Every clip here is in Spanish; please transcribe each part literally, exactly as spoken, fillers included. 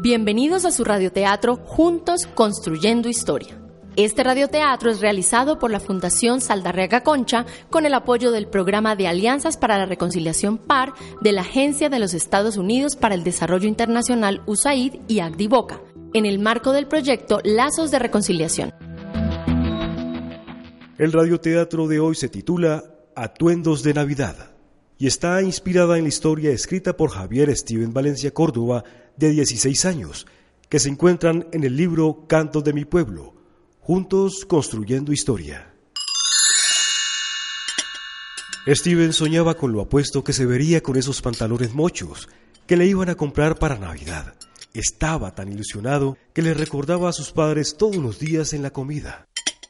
Bienvenidos a su radioteatro Juntos Construyendo Historia. Este radioteatro es realizado por la Fundación Saldarriaga Concha con el apoyo del Programa de Alianzas para la Reconciliación P A R de la Agencia de los Estados Unidos para el Desarrollo Internacional U S A I D y ACDIVOCA, en el marco del proyecto Lazos de Reconciliación. El radioteatro de hoy se titula Atuendos de Navidad y está inspirada en la historia escrita por Javier Steven Valencia Córdoba, de dieciséis años, que se encuentran en el libro Cantos de mi Pueblo, Juntos Construyendo Historia. Steven soñaba con lo apuesto que se vería con esos pantalones mochos que le iban a comprar para Navidad. Estaba tan ilusionado que le recordaba a sus padres todos los días en la comida.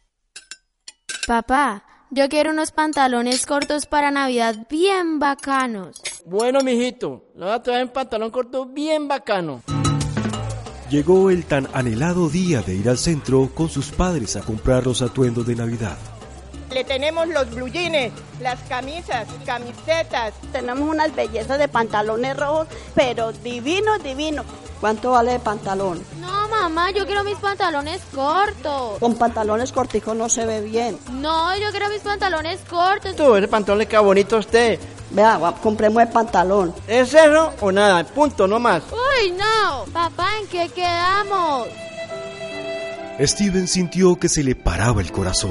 Papá, yo quiero unos pantalones cortos para Navidad bien bacanos. Bueno, mijito, le voy a traer un pantalón corto bien bacano. Llegó el tan anhelado día de ir al centro con sus padres a comprar los atuendos de Navidad. Le tenemos los blue jeans, las camisas, camisetas. Tenemos unas bellezas de pantalones rojos, pero divinos, divinos. ¿Cuánto vale el pantalón? No, mamá, yo quiero mis pantalones cortos. Con pantalones corticos no se ve bien. No, yo quiero mis pantalones cortos. Tú, ese pantalón le queda bonito a usted. Vea, compremos el pantalón. ¿Es eso o nada? Punto, no más. Uy, no. Papá, ¿en qué quedamos? Steven sintió que se le paraba el corazón.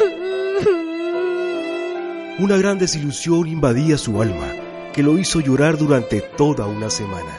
Una gran desilusión invadía su alma, que lo hizo llorar durante toda una semana.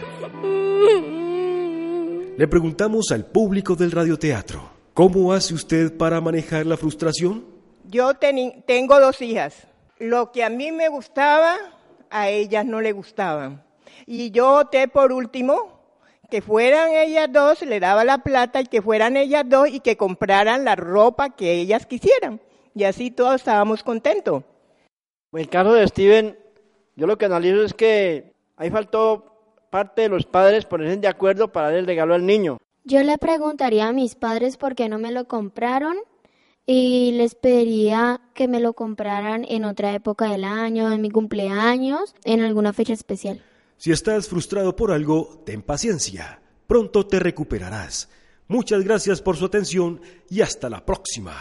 Le preguntamos al público del radioteatro, ¿cómo hace usted para manejar la frustración? Yo ten, tengo dos hijas. Lo que a mí me gustaba, a ellas no le gustaban. Y yo opté por último, que fueran ellas dos, le daba la plata y que fueran ellas dos y que compraran la ropa que ellas quisieran. Y así todos estábamos contentos. En el caso de Steven, yo lo que analizo es que ahí faltó parte de los padres ponerse de acuerdo para darle el regalo al niño. Yo le preguntaría a mis padres por qué no me lo compraron y les pediría que me lo compraran en otra época del año, en mi cumpleaños, en alguna fecha especial. Si estás frustrado por algo, ten paciencia. Pronto te recuperarás. Muchas gracias por su atención y hasta la próxima.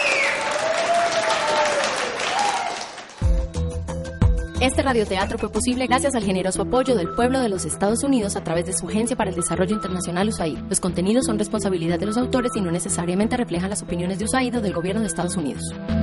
Este radioteatro fue posible gracias al generoso apoyo del pueblo de los Estados Unidos a través de su Agencia para el Desarrollo Internacional U S A I D. Los contenidos son responsabilidad de los autores y no necesariamente reflejan las opiniones de U S A I D o del gobierno de Estados Unidos.